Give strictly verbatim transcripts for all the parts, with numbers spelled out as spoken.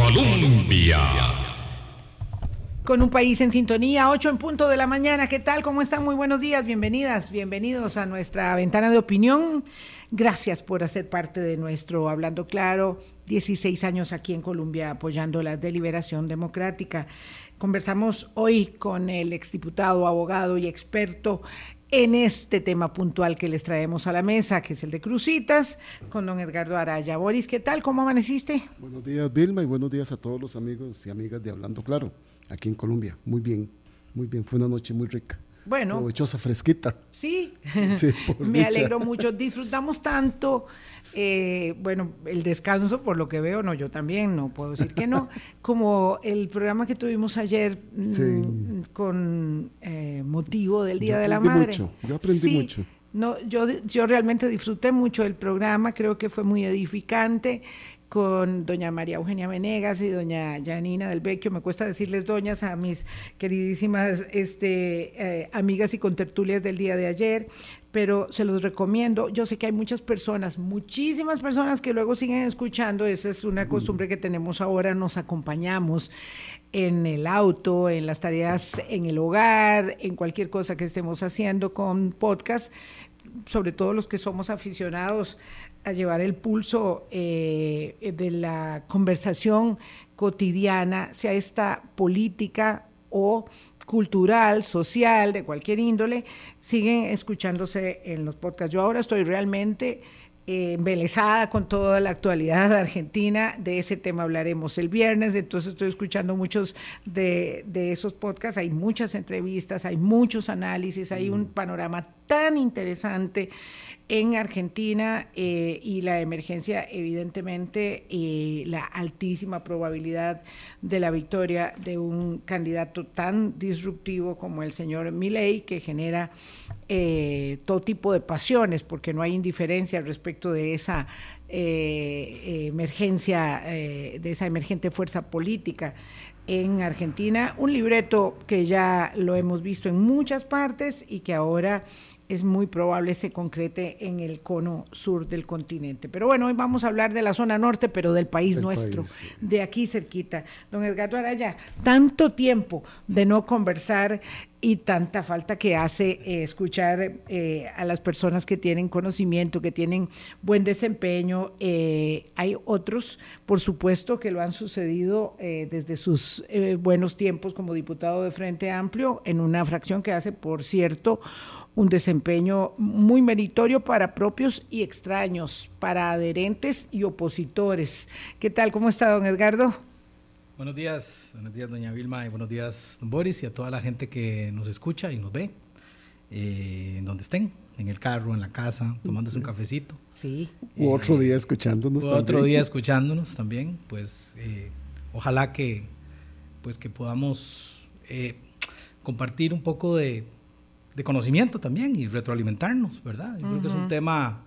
Colombia. Con un país en sintonía, ocho en punto de la mañana. ¿Qué tal? ¿Cómo están? Muy buenos días, bienvenidas, bienvenidos a nuestra ventana de opinión. Gracias por hacer parte de nuestro Hablando Claro, dieciséis años aquí en Colombia apoyando la deliberación democrática. Conversamos hoy con el exdiputado, abogado y experto en este tema puntual que les traemos a la mesa, que es el de Cruzitas, con don Edgardo Araya. Boris, ¿qué tal? ¿Cómo amaneciste? Buenos días, Vilma, y buenos días a todos los amigos y amigas de Hablando Claro, aquí en Colombia. Muy bien, muy bien. Fue una noche muy rica. Bueno. Provechosa, fresquita. Sí, sí me dicha. Alegro mucho. Disfrutamos tanto, eh, bueno, el descanso, por lo que veo, no, yo también, no puedo decir que no, como el programa que tuvimos ayer sí. m, con eh, motivo del Día yo de la Madre. Mucho. Yo aprendí sí. mucho. No, yo, yo realmente disfruté mucho el programa, creo que fue muy edificante, con doña María Eugenia Venegas y doña Yanina del Vecchio. Me cuesta decirles doñas a mis queridísimas este, eh, amigas y contertulias del día de ayer, pero se los recomiendo. Yo sé que hay muchas personas, muchísimas personas que luego siguen escuchando. Esa es una costumbre que tenemos ahora, nos acompañamos en el auto, en las tareas en el hogar, en cualquier cosa que estemos haciendo con podcast, sobre todo los que somos aficionados a llevar el pulso eh, de la conversación cotidiana, sea esta política o cultural, social, de cualquier índole, siguen escuchándose en los podcasts. Yo ahora estoy realmente eh, embelesada con toda la actualidad argentina. De ese tema hablaremos el viernes, entonces estoy escuchando muchos de, de esos podcasts. Hay muchas entrevistas, hay muchos análisis, hay un panorama tan interesante en Argentina eh, y la emergencia, evidentemente, y la altísima probabilidad de la victoria de un candidato tan disruptivo como el señor Milei, que genera eh, todo tipo de pasiones, porque no hay indiferencia respecto de esa eh, emergencia, eh, de esa emergente fuerza política en Argentina. Un libreto que ya lo hemos visto en muchas partes y que ahora es muy probable se concrete en el cono sur del continente. Pero bueno, hoy vamos a hablar de la zona norte, pero del país del nuestro, país, sí. de aquí cerquita. Don Edgardo Araya, tanto tiempo de no conversar y tanta falta que hace eh, escuchar eh, a las personas que tienen conocimiento, que tienen buen desempeño. Eh, hay otros, por supuesto, que lo han sucedido eh, desde sus eh, buenos tiempos como diputado de Frente Amplio, en una fracción que hace, por cierto, un desempeño muy meritorio para propios y extraños, para adherentes y opositores. ¿Qué tal? ¿Cómo está, don Edgardo? Buenos días, buenos días, doña Vilma, y buenos días, don Boris, y a toda la gente que nos escucha y nos ve, eh, en donde estén, en el carro, en la casa, tomándose un cafecito. Sí. U eh, otro día escuchándonos también. Otro día escuchándonos también, pues eh, ojalá que, pues, que podamos eh, compartir un poco de, de conocimiento también y retroalimentarnos, ¿verdad? Yo uh-huh. creo que es un tema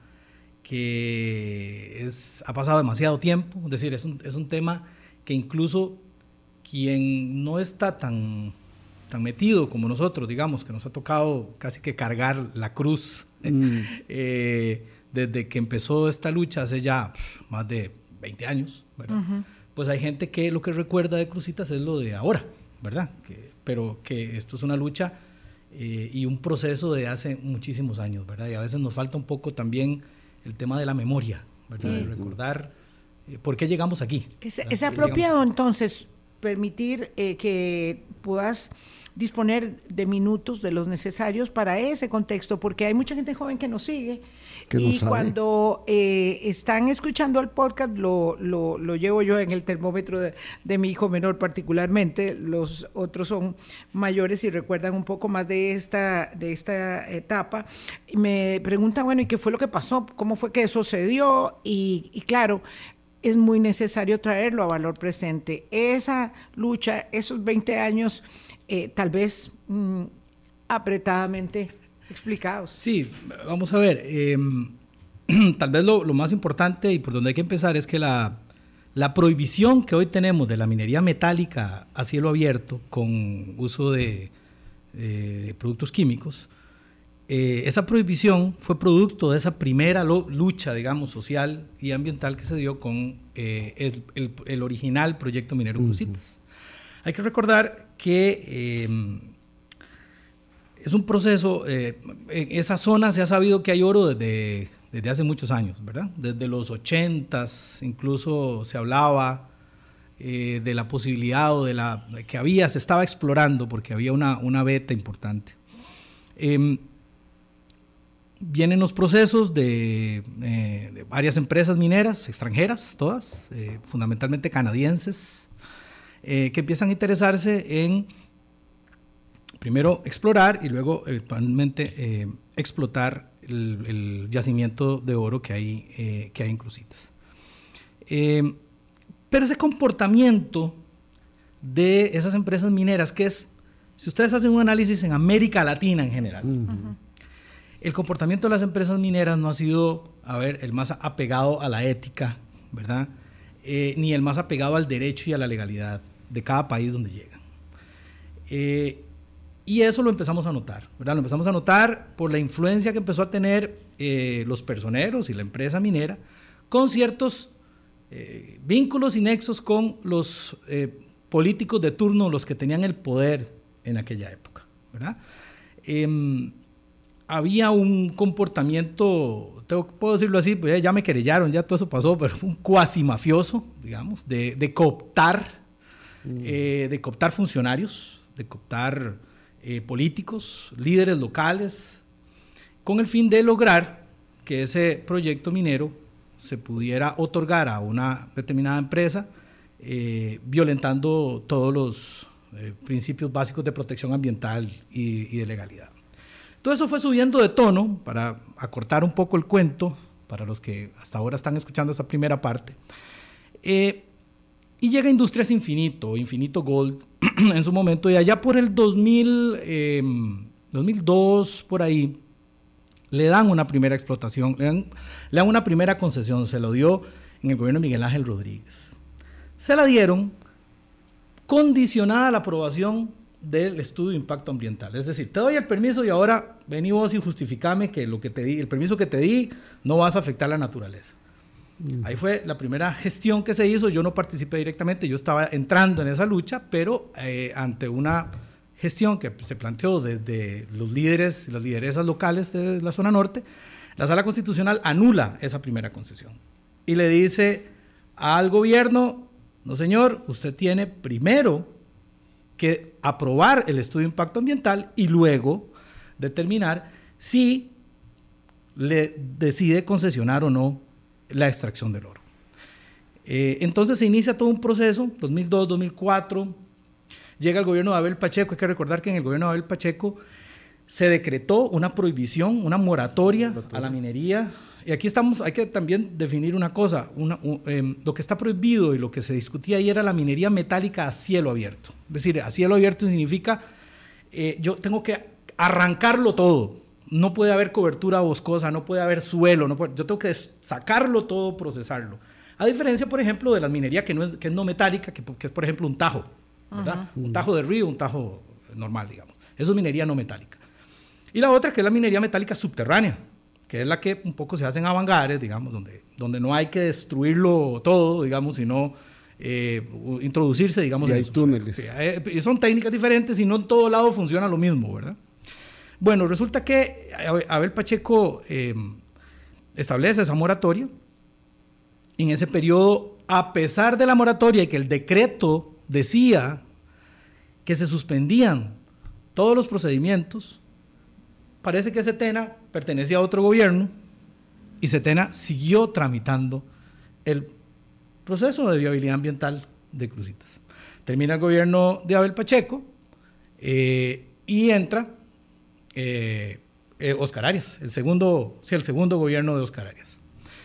que es, ha pasado demasiado tiempo, es decir, es un, es un tema que incluso quien no está tan, tan metido como nosotros, digamos, que nos ha tocado casi que cargar la cruz mm. eh, desde que empezó esta lucha hace ya pff, más de veinte años, ¿verdad? Uh-huh. Pues hay gente que lo que recuerda de Cruzitas es lo de ahora, ¿verdad? Que, pero que esto es una lucha eh, y un proceso de hace muchísimos años, ¿verdad? Y a veces nos falta un poco también el tema de la memoria, ¿verdad? Sí. De recordar ¿por qué llegamos aquí? Es, es apropiado entonces permitir eh, que puedas disponer de minutos de los necesarios para ese contexto, porque hay mucha gente joven que nos sigue que y no cuando eh, están escuchando el podcast, lo, lo, lo llevo yo en el termómetro de, de mi hijo menor particularmente, los otros son mayores y recuerdan un poco más de esta, de esta etapa, y me preguntan, bueno, ¿y qué fue lo que pasó? ¿Cómo fue que sucedió? Y, y claro, es muy necesario traerlo a valor presente. Esa lucha, esos veinte años, eh, tal vez mmm, apretadamente explicados. Sí, vamos a ver, eh, tal vez lo, lo más importante y por donde hay que empezar es que la, la prohibición que hoy tenemos de la minería metálica a cielo abierto con uso de, eh, de productos químicos eh, esa prohibición fue producto de esa primera lo, lucha, digamos, social y ambiental que se dio con eh, el, el, el original proyecto minero uh-huh. Cruzitas. Hay que recordar que eh, es un proceso, eh, en esa zona se ha sabido que hay oro desde, desde hace muchos años, ¿verdad? Desde los ochentas incluso se hablaba eh, de la posibilidad o de la que había, se estaba explorando porque había una, una beta importante. Eh, vienen los procesos de, eh, de varias empresas mineras extranjeras, todas, eh, fundamentalmente canadienses, eh, que empiezan a interesarse en primero explorar y luego eventualmente eh, explotar el, el yacimiento de oro que hay, eh, que hay en Cruzitas. Eh, pero ese comportamiento de esas empresas mineras, que es, si ustedes hacen un análisis en América Latina en general, uh-huh. el comportamiento de las empresas mineras no ha sido, a ver, el más apegado a la ética, ¿verdad? Eh, ni el más apegado al derecho y a la legalidad de cada país donde llegan. Eh, Y eso lo empezamos a notar, ¿verdad? Lo empezamos a notar por la influencia que empezó a tener eh, los personeros y la empresa minera con ciertos eh, vínculos y nexos con los eh, políticos de turno, los que tenían el poder en aquella época, ¿verdad? Eh, había un comportamiento, tengo, puedo decirlo así, pues ya, ya me querellaron, ya todo eso pasó, pero un cuasi mafioso, digamos, de, de cooptar, mm. eh, de cooptar funcionarios, de cooptar Eh, políticos, líderes locales, con el fin de lograr que ese proyecto minero se pudiera otorgar a una determinada empresa, eh, violentando todos los eh, principios básicos de protección ambiental y, y de legalidad. Todo eso fue subiendo de tono, para acortar un poco el cuento, para los que hasta ahora están escuchando esta primera parte, eh, y llega Industrias Infinito, Infinito Gold, en su momento, y allá por el dos mil, eh, dos mil dos, por ahí, le dan una primera explotación, le dan, le dan una primera concesión, se lo dio en el gobierno de Miguel Ángel Rodríguez. Se la dieron condicionada a la aprobación del estudio de impacto ambiental. Es decir, te doy el permiso y ahora vení vos y justificame que lo que te di, el permiso que te di no vas a afectar la naturaleza. Ahí fue la primera gestión que se hizo. Yo no participé directamente, yo estaba entrando en esa lucha, pero eh, ante una gestión que se planteó desde los líderes y las lideresas locales de la zona norte, la Sala Constitucional anula esa primera concesión y le dice al gobierno: no señor, usted tiene primero que aprobar el estudio de impacto ambiental y luego determinar si le decide concesionar o no la extracción del oro. Eh, entonces se inicia todo un proceso, dos mil dos, dos mil cuatro, llega el gobierno de Abel Pacheco. Hay que recordar que en el gobierno de Abel Pacheco se decretó una prohibición, una moratoria, moratoria. a la minería. Y aquí estamos, hay que también definir una cosa, una, un, eh, lo que está prohibido y lo que se discutía ahí era la minería metálica a cielo abierto. Es decir, a cielo abierto significa, eh, yo tengo que arrancarlo todo. No puede haber cobertura boscosa, no puede haber suelo, no puede, yo tengo que sacarlo todo, procesarlo. A diferencia, por ejemplo, de la minería que no es, que es no metálica, que, que es, por ejemplo, un tajo, ¿verdad? Uh-huh. Un tajo de río, un tajo normal, digamos. Eso es minería no metálica. Y la otra, que es la minería metálica subterránea, que es la que un poco se hace en avantgarde, digamos, donde, donde no hay que destruirlo todo, digamos, sino eh, introducirse, digamos. Y en hay túneles. Sí, eh, son técnicas diferentes y no en todo lado funciona lo mismo, ¿verdad? Bueno, resulta que Abel Pacheco eh, establece esa moratoria. En ese periodo, a pesar de la moratoria y que el decreto decía que se suspendían todos los procedimientos, parece que Setena pertenecía a otro gobierno y Setena siguió tramitando el proceso de viabilidad ambiental de Cruzitas. Termina el gobierno de Abel Pacheco eh, y entra Eh, eh, Oscar Arias, el segundo, sí, el segundo gobierno de Oscar Arias.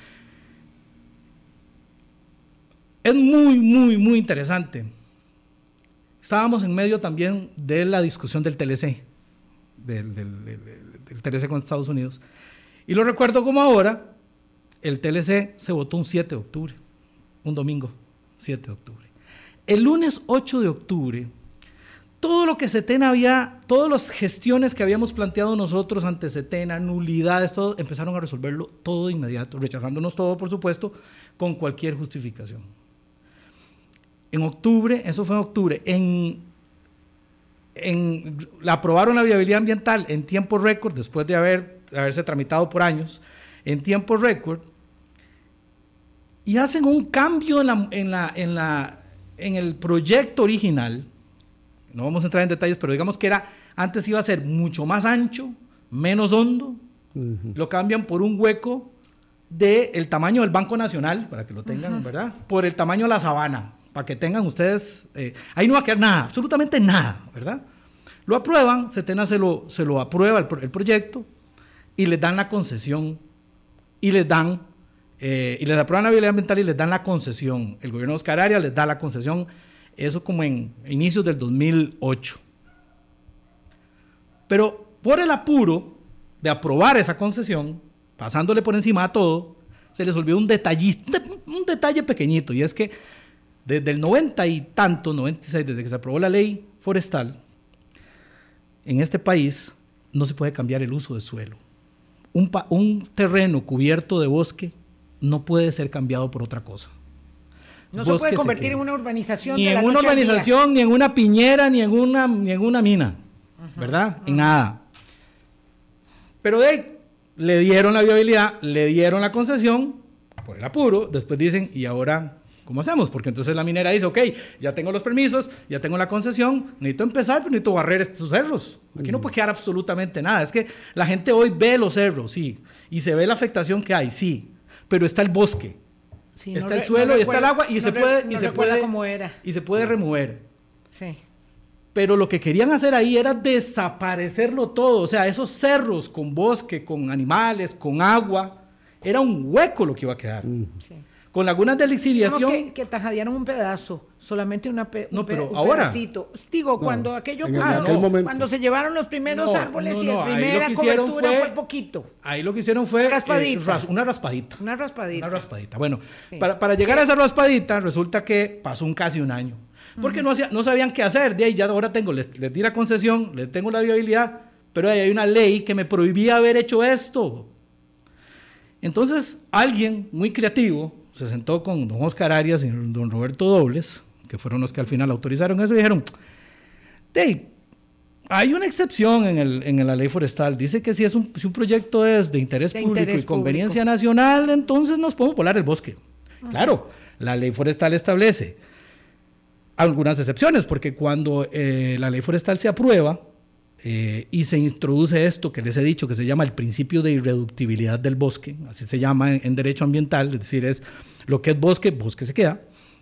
Es muy, muy, muy interesante. Estábamos en medio también de la discusión del T L C, del, del, del, del T L C con Estados Unidos. Y lo recuerdo como ahora, el T L C se votó un siete de octubre, un domingo, siete de octubre. El lunes ocho de octubre, todo lo que Setena había, todas las gestiones que habíamos planteado nosotros ante Setena, nulidades, todo, empezaron a resolverlo todo de inmediato, rechazándonos todo, por supuesto, con cualquier justificación. En octubre, eso fue en octubre, en, en, la aprobaron la viabilidad ambiental en tiempo récord, después de haber, de haberse tramitado por años, en tiempo récord, y hacen un cambio en, la, en, la, en, la, en el proyecto original. No vamos a entrar en detalles, pero digamos que era, antes iba a ser mucho más ancho, menos hondo, uh-huh. Lo cambian por un hueco del tamaño del Banco Nacional, para que lo tengan, uh-huh. ¿verdad? Por el tamaño de la sabana, para que tengan ustedes, eh, ahí no va a quedar nada, absolutamente nada, ¿verdad? Lo aprueban, Setena se lo, se lo aprueba el, el proyecto y les dan la concesión, y les dan, eh, y les aprueban la viabilidad ambiental y les dan la concesión. El gobierno de Oscar Arias les da la concesión, eso como en inicios del dos mil ocho. Pero por el apuro de aprobar esa concesión, pasándole por encima a todo, se les olvidó un detallista, un detalle pequeñito, y es que desde el noventa y tanto, noventa y seis, desde que se aprobó la ley forestal, en este país no se puede cambiar el uso de suelo. Un, pa, un terreno cubierto de bosque no puede ser cambiado por otra cosa. No se puede convertir en una urbanización. Ni en una urbanización, ni en una piñera, ni en una, ni en una mina, uh-huh, ¿verdad? Uh-huh. En nada. Pero de ahí, le dieron la viabilidad, le dieron la concesión, por el apuro, después dicen, ¿y ahora cómo hacemos? Porque entonces la minera dice, ok, ya tengo los permisos, ya tengo la concesión, necesito empezar, pero necesito barrer estos cerros. Aquí uh-huh. no puede quedar absolutamente nada. Es que la gente hoy ve los cerros, sí, y se ve la afectación que hay, sí, pero está el bosque. Sí, está no el suelo no y está el agua y no se puede no y se puede cómo era. y se puede sí. remover. Sí. Pero lo que querían hacer ahí era desaparecerlo todo, o sea, esos cerros con bosque, con animales, con agua, era un hueco lo que iba a quedar. Mm. Sí. Con lagunas de lixiviación. Que, que tajadearon un pedazo, solamente una pe, no, un, pero un ahora, pedacito. Digo, no, cuando aquello ah, no, momento. Cuando se llevaron los primeros no, árboles no, no, y la primera cobertura fue, fue poquito. Ahí lo que hicieron fue raspadita. Eh, ras, una raspadita. Una raspadita. Una raspadita. Bueno, sí. para, para llegar a esa raspadita, resulta que pasó un casi un año. Porque uh-huh. no, hacía, no sabían qué hacer. De ahí ya ahora tengo, les, les di la concesión, les tengo la viabilidad, pero ahí hay una ley que me prohibía haber hecho esto. Entonces, alguien muy creativo se sentó con don Oscar Arias y don Roberto Dobles, que fueron los que al final autorizaron eso, y dijeron, hey, hay una excepción en, el, en la ley forestal, dice que si, es un, si un proyecto es de interés de público interés y conveniencia público. nacional, entonces nos podemos volar el bosque. Uh-huh. Claro, la ley forestal establece algunas excepciones, porque cuando eh, la ley forestal se aprueba, Eh, y se introduce esto que les he dicho que se llama el principio de irreductibilidad del bosque, así se llama en, en derecho ambiental, es decir, es lo que es bosque, bosque se queda.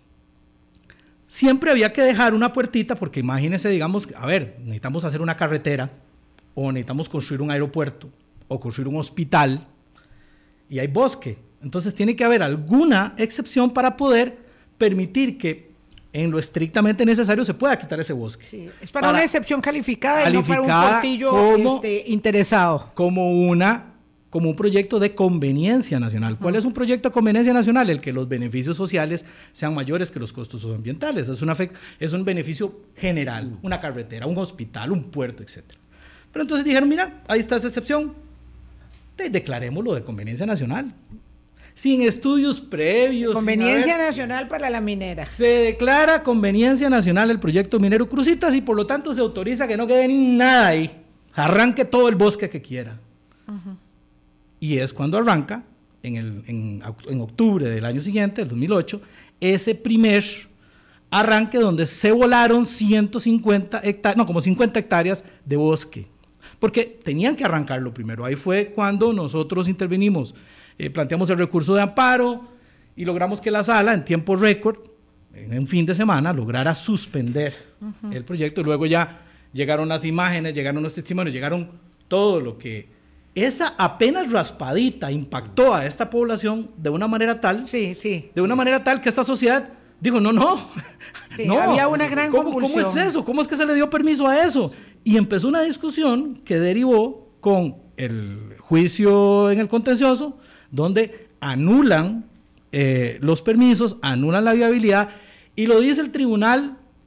Siempre había que dejar una puertita porque imagínense, digamos, a ver, necesitamos hacer una carretera o necesitamos construir un aeropuerto o construir un hospital y hay bosque, entonces tiene que haber alguna excepción para poder permitir que en lo estrictamente necesario se pueda quitar ese bosque. Sí, es para, para una excepción calificada, calificada y no para un portillo como, este, interesado. Como, una, como un proyecto de conveniencia nacional. ¿Cuál uh-huh. es un proyecto de conveniencia nacional? El que los beneficios sociales sean mayores que los costos ambientales. Es, una fe, es un beneficio general, uh-huh. una carretera, un hospital, un puerto, etcétera. Pero entonces dijeron, mira, ahí está esa excepción, de, declarémoslo de conveniencia nacional. Sin estudios previos. Conveniencia haber, nacional para la minera. Se declara conveniencia nacional el proyecto minero Cruzitas y por lo tanto se autoriza que no quede ni nada ahí. Arranque todo el bosque que quiera. Uh-huh. Y es cuando arranca, en, el, en, en octubre del año siguiente, del dos mil ocho, ese primer arranque donde se volaron ciento cincuenta hectáreas, no, como cincuenta hectáreas de bosque. Porque tenían que arrancarlo primero. Ahí fue cuando nosotros intervenimos. Eh, planteamos el recurso de amparo y logramos que la sala en tiempo récord, en un fin de semana, lograra suspender uh-huh. el proyecto. Y luego ya llegaron las imágenes, llegaron los testimonios, llegaron todo lo que... Esa apenas raspadita impactó a esta población de una manera tal, sí, sí, de una sí. manera tal que esta sociedad dijo, no, no, sí, no. Había una gran ¿cómo, convulsión. ¿Cómo es eso? ¿Cómo es que se le dio permiso a eso? Y empezó una discusión que derivó con el juicio en el contencioso, donde anulan eh, los permisos, anulan la viabilidad, y lo dice el tribunal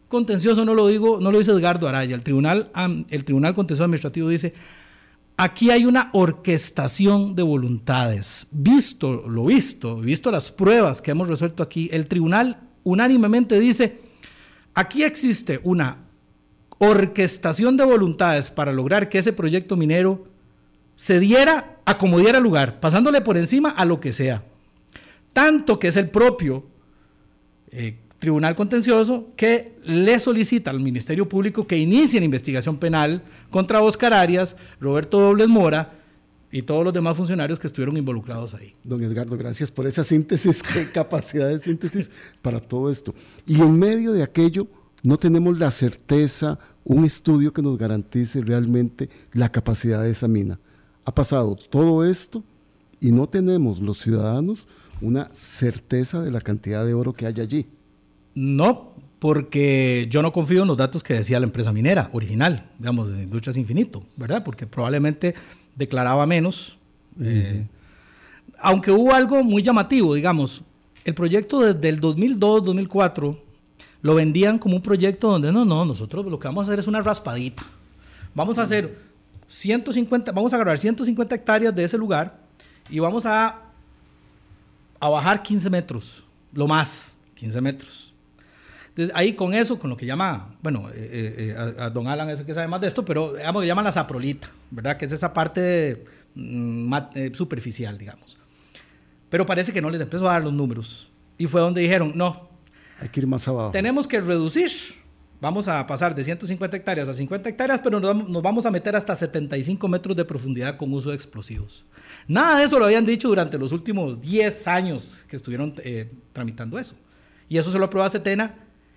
contencioso no lo digo, no lo dice Edgardo Araya, el tribunal, el Tribunal Contencioso Administrativo dice, aquí hay una orquestación de voluntades. Visto lo visto, visto las pruebas que hemos resuelto aquí, el tribunal unánimemente dice, aquí existe una orquestación de voluntades para lograr que ese proyecto minero se diera a como diera lugar, pasándole por encima a lo que sea. Tanto que es el propio eh, Tribunal Contencioso que le solicita al Ministerio Público que inicie la investigación penal contra Oscar Arias, Roberto Dobles Mora y todos los demás funcionarios que estuvieron involucrados ahí. Don Edgardo, gracias por esa síntesis, qué capacidad de síntesis para todo esto. Y en medio de aquello, no tenemos la certeza, un estudio que nos garantice realmente la capacidad de esa mina. Ha pasado todo esto y no tenemos los ciudadanos una certeza de la cantidad de oro que hay allí. No, porque yo no confío en los datos que decía la empresa minera original, digamos, de Industrias Infinito, ¿verdad? Porque probablemente declaraba menos. Uh-huh. Eh, aunque hubo algo muy llamativo, digamos, el proyecto desde el dos mil dos, dos mil cuatro, lo vendían como un proyecto donde no, no, nosotros lo que vamos a hacer es una raspadita. Vamos a hacer ciento cincuenta, vamos a agarrar ciento cincuenta hectáreas de ese lugar y vamos a, a bajar quince metros, lo más, quince metros. Entonces, ahí con eso, con lo que llama, bueno, eh, eh, a, a don Alan es el que sabe más de esto, pero digamos, le llaman la saprolita, ¿verdad? Que es esa parte de, mm, eh, superficial, digamos. Pero parece que no les empezó a dar los números. Y fue donde dijeron, no, hay que ir más abajo. Tenemos que reducir. Vamos a pasar de ciento cincuenta hectáreas a cincuenta hectáreas, pero nos, nos vamos a meter hasta setenta y cinco metros de profundidad con uso de explosivos. Nada de eso lo habían dicho durante los últimos diez años que estuvieron eh, tramitando eso. Y eso se lo aprueba Setena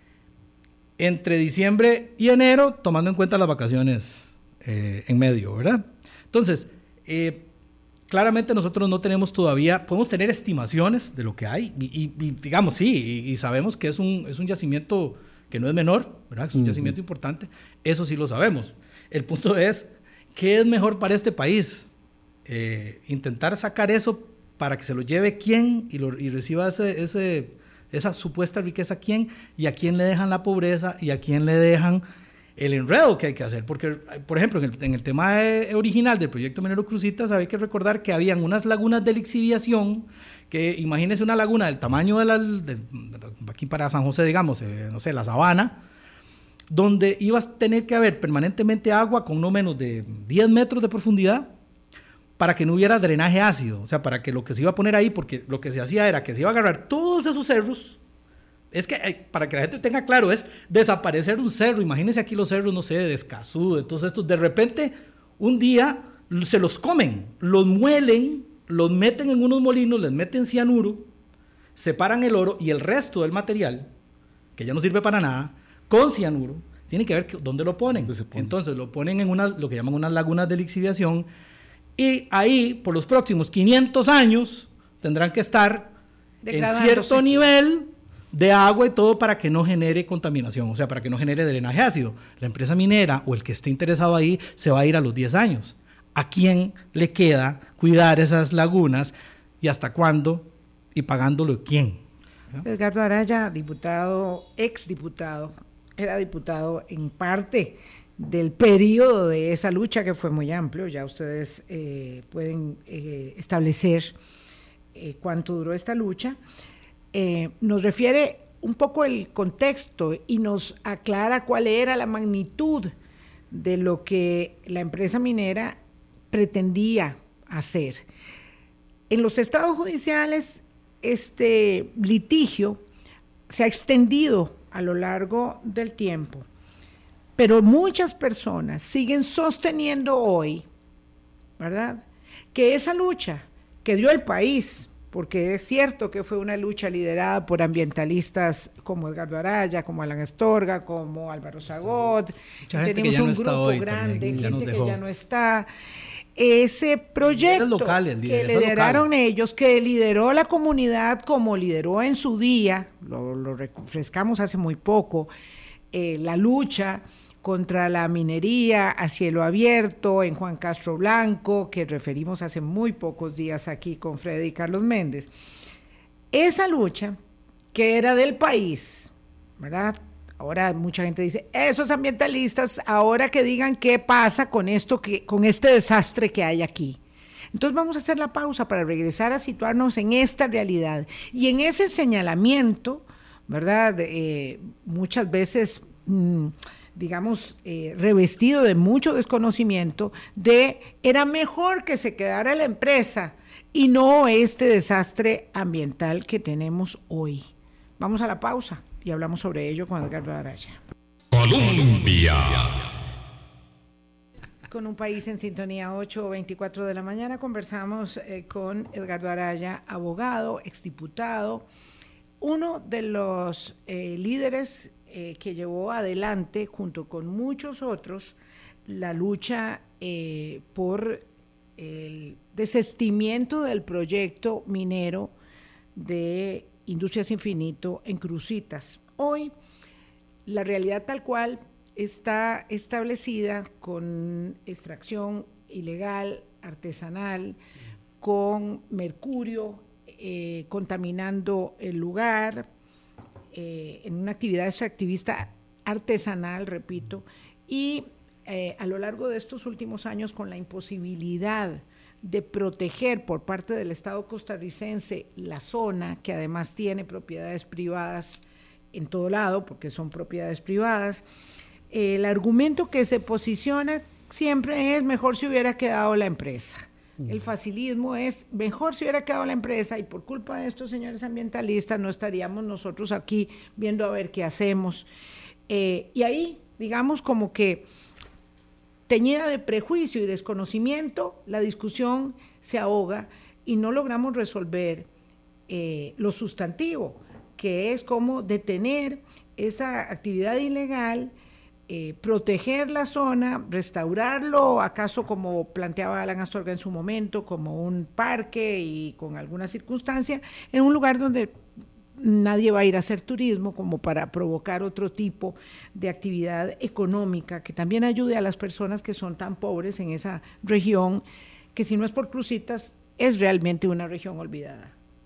entre diciembre y enero, tomando en cuenta las vacaciones eh, en medio, ¿verdad? Entonces, eh, claramente nosotros no tenemos todavía, podemos tener estimaciones de lo que hay, y, y, y digamos, sí, y, y sabemos que es un, es un yacimiento que no es menor, ¿verdad? Es un uh-huh. yacimiento importante, eso sí lo sabemos. El punto es, ¿qué es mejor para este país? Eh, intentar sacar eso para que se lo lleve quién y, lo, y reciba ese, ese, esa supuesta riqueza quién, y a quién le dejan la pobreza y a quién le dejan el enredo que hay que hacer, porque por ejemplo en el, en el tema de, original del proyecto minero Cruzitas hay que recordar que habían unas lagunas de lixiviación, que imagínense una laguna del tamaño de la, de, de, aquí para San José, digamos, eh, no sé, la Sabana, donde iba a tener que haber permanentemente agua con no menos de diez metros de profundidad para que no hubiera drenaje ácido, o sea, para que lo que se iba a poner ahí, porque lo que se hacía era que se iba a agarrar todos esos cerros. Es que, eh, para que la gente tenga claro, es desaparecer un cerro. Imagínense aquí los cerros, no sé, de Escazú, de todos estos. De repente, un día se los comen, los muelen, los meten en unos molinos, les meten cianuro, separan el oro y el resto del material, que ya no sirve para nada, con cianuro, tienen que ver que, dónde lo ponen. ¿Dónde se pone? Entonces, lo ponen en una, lo que llaman unas lagunas de lixiviación, y ahí, por los próximos quinientos años, tendrán que estar en cierto nivel de agua y todo para que no genere contaminación, o sea, para que no genere drenaje ácido. La empresa minera o el que esté interesado ahí se va a ir a los diez años. ¿A quién le queda cuidar esas lagunas y hasta cuándo y pagándolo quién? ¿No? Edgardo Araya, diputado, exdiputado, era diputado en parte del periodo de esa lucha que fue muy amplio, ya ustedes eh, pueden eh, establecer eh, cuánto duró esta lucha. Eh, nos refiere un poco el contexto y nos aclara cuál era la magnitud de lo que la empresa minera pretendía hacer. En los estados judiciales, este litigio se ha extendido a lo largo del tiempo, pero muchas personas siguen sosteniendo hoy, ¿verdad?, que esa lucha que dio el país, porque es cierto que fue una lucha liderada por ambientalistas como Edgardo Araya, como Alan Astorga, como Álvaro Zagot, sí. Tenemos un no grupo grande, también, gente que ya no está. Ese proyecto locales, que lideraron locales. ellos, que lideró la comunidad como lideró en su día, lo, lo refrescamos hace muy poco, eh, la lucha contra la minería a cielo abierto en Juan Castro Blanco, que referimos hace muy pocos días aquí con Freddy y Carlos Méndez. Esa lucha, que era del país, ¿verdad? ahora mucha gente dice, esos ambientalistas, ahora que digan qué pasa con esto, que, con este desastre que hay aquí. Entonces vamos a hacer la pausa para regresar a situarnos en esta realidad y en ese señalamiento, ¿verdad? Eh, muchas veces, mmm, digamos, eh, revestido de mucho desconocimiento, de era mejor que se quedara la empresa y no este desastre ambiental que tenemos hoy. Vamos a la pausa y hablamos sobre ello con Edgardo Araya. Colombia. Con un país en sintonía, ocho veinticuatro de la mañana, conversamos eh, con Edgardo Araya, abogado, exdiputado, uno de los eh, líderes eh, que llevó adelante, junto con muchos otros, la lucha eh, por el desistimiento del proyecto minero de Industrias Infinito en Cruzitas. Hoy, la realidad tal cual está establecida con extracción ilegal, artesanal, con mercurio, eh, contaminando el lugar, eh, en una actividad extractivista artesanal, repito, y eh, a lo largo de estos últimos años con la imposibilidad de proteger por parte del Estado costarricense la zona, que además tiene propiedades privadas en todo lado, porque son propiedades privadas. El argumento que se posiciona siempre es mejor si hubiera quedado la empresa. El facilismo es mejor si hubiera quedado la empresa y por culpa de estos señores ambientalistas no estaríamos nosotros aquí viendo a ver qué hacemos. Eh, y ahí, digamos, como que teñida de prejuicio y desconocimiento, la discusión se ahoga y no logramos resolver eh, lo sustantivo, que es cómo detener esa actividad ilegal, Eh, proteger la zona, restaurarlo, acaso como planteaba Alan Astorga en su momento, como un parque y con alguna circunstancia, en un lugar donde nadie va a ir a hacer turismo, como para provocar otro tipo de actividad económica que también ayude a las personas que son tan pobres en esa región, que si no es por Cruzitas, es realmente una región olvidada.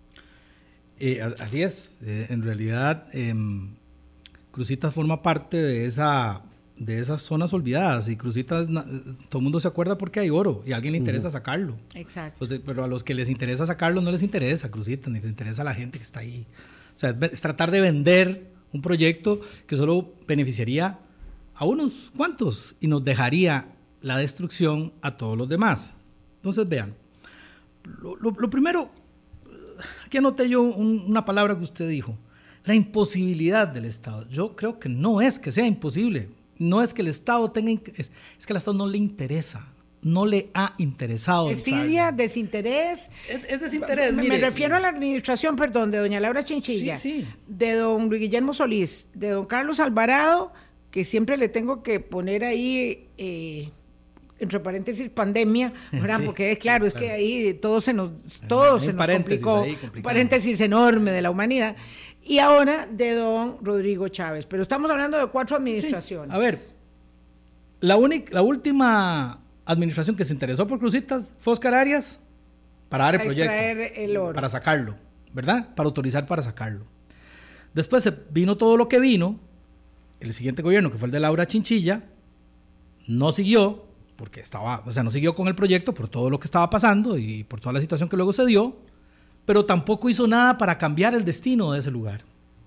Eh, así es, eh, en realidad eh, Cruzitas forma parte de esa de esas zonas olvidadas y Cruzitas, todo el mundo se acuerda porque hay oro y a alguien le interesa uh-huh. sacarlo. Exacto. Entonces, pero a los que les interesa sacarlo no les interesa Cruzitas, ni les interesa a la gente que está ahí. O sea, es, es tratar de vender un proyecto que solo beneficiaría a unos cuantos y nos dejaría la destrucción a todos los demás. Entonces, vean, lo, lo, lo primero, aquí anoté yo un, una palabra que usted dijo, la imposibilidad del Estado. Yo creo que no es que sea imposible. No es que el Estado tenga, es, es que al Estado no le interesa, no le ha interesado. Desidia, desinterés. Es, es desinterés, me, mire. Me refiero a la administración, perdón, de doña Laura Chinchilla, sí, sí. de don Luis Guillermo Solís, de don Carlos Alvarado, que siempre le tengo que poner ahí, eh, entre paréntesis, pandemia, ¿verdad? Sí, porque es claro, sí, es claro. que ahí todo se nos, todo se nos complicó, un paréntesis enorme de la humanidad. Y ahora de don Rodrigo Chávez. Pero estamos hablando de cuatro administraciones. Sí. A ver, la, única, la última administración que se interesó por Cruzitas fue Oscar Arias para dar el para proyecto. Extraer el oro. Para sacarlo, ¿verdad? Para autorizar para sacarlo. Después se vino todo lo que vino. El siguiente gobierno, que fue el de Laura Chinchilla, no siguió, porque estaba, o sea, no siguió con el proyecto por todo lo que estaba pasando y por toda la situación que luego se dio. Pero tampoco hizo nada para cambiar el destino de ese lugar.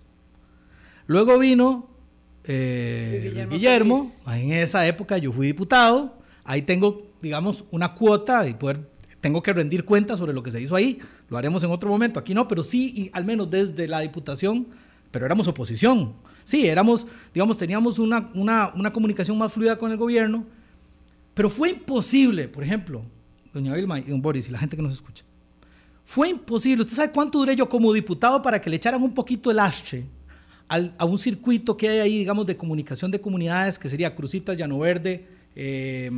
Luego vino eh, Guillermo, Guillermo en esa época yo fui diputado, ahí tengo, digamos, una cuota y poder, tengo que rendir cuentas sobre lo que se hizo ahí, lo haremos en otro momento, aquí no, pero sí, y al menos desde la diputación, pero éramos oposición, sí, éramos, digamos, teníamos una, una, una comunicación más fluida con el gobierno, pero fue imposible, por ejemplo, doña Vilma y don Boris y la gente que nos escucha, fue imposible. ¿Usted sabe cuánto duré yo como diputado para que le echaran un poquito el lastre al, a un circuito que hay ahí, digamos, de comunicación de comunidades, que sería Cruzitas, Llano Verde, eh,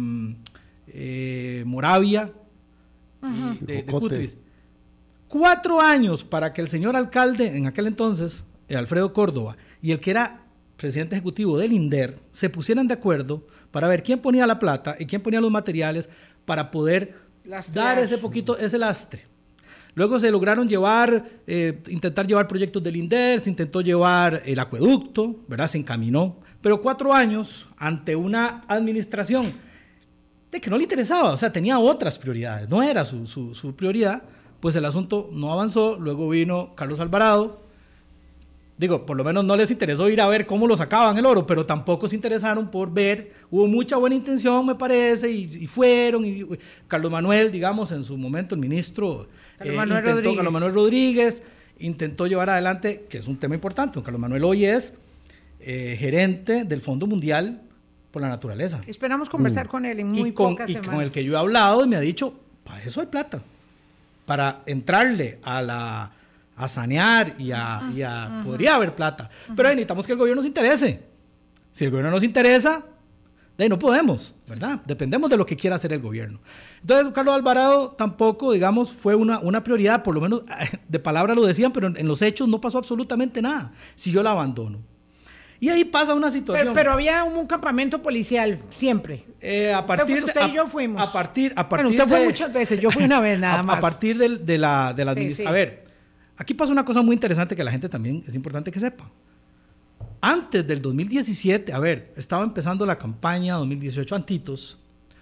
eh, Moravia, y de, de Cutris? Cuatro años para que el señor alcalde, en aquel entonces, Alfredo Córdoba, y el que era presidente ejecutivo del INDER, se pusieran de acuerdo para ver quién ponía la plata y quién ponía los materiales para poder Lastrear. dar ese poquito, ese lastre. Luego se lograron llevar, eh, intentar llevar proyectos del INDER, se intentó llevar el acueducto, ¿verdad? Se encaminó. Pero cuatro años ante una administración de que no le interesaba, o sea, tenía otras prioridades, no era su, su, su prioridad, pues el asunto no avanzó. Luego vino Carlos Alvarado. Digo, por lo menos no les interesó ir a ver cómo lo sacaban el oro, pero tampoco se interesaron por ver. Hubo mucha buena intención, me parece, y, y fueron. Y, y Carlos Manuel, digamos, en su momento, el ministro Carlos, eh, Manuel intentó, Rodríguez. Carlos Manuel Rodríguez intentó llevar adelante, que es un tema importante. Don Carlos Manuel hoy es eh, gerente del Fondo Mundial por la Naturaleza. Esperamos conversar mm. con él en muy y con, pocas y semanas. con el que yo he hablado y me ha dicho, para eso hay plata. Para entrarle a la... a sanear y a... Uh-huh. Y a uh-huh. podría haber plata. Uh-huh. Pero ahí necesitamos que el gobierno se interese. Si el gobierno nos interesa, de ahí no podemos, ¿verdad? Dependemos de lo que quiera hacer el gobierno. Entonces, Carlos Alvarado tampoco, digamos, fue una, una prioridad, por lo menos de palabra lo decían, pero en, en los hechos no pasó absolutamente nada. Siguió el abandono. Y ahí pasa una situación. Pero, pero había un, un campamento policial, siempre. Eh, a partir usted, usted de, y yo fuimos. A partir, a partir bueno, usted de, fue muchas veces, yo fui una vez nada a, más. A partir de, de la, de la sí, administración. sí. A ver, aquí pasa una cosa muy interesante que la gente también es importante que sepa. Antes del dos mil diecisiete, a ver, estaba empezando la campaña dos mil dieciocho Antitos.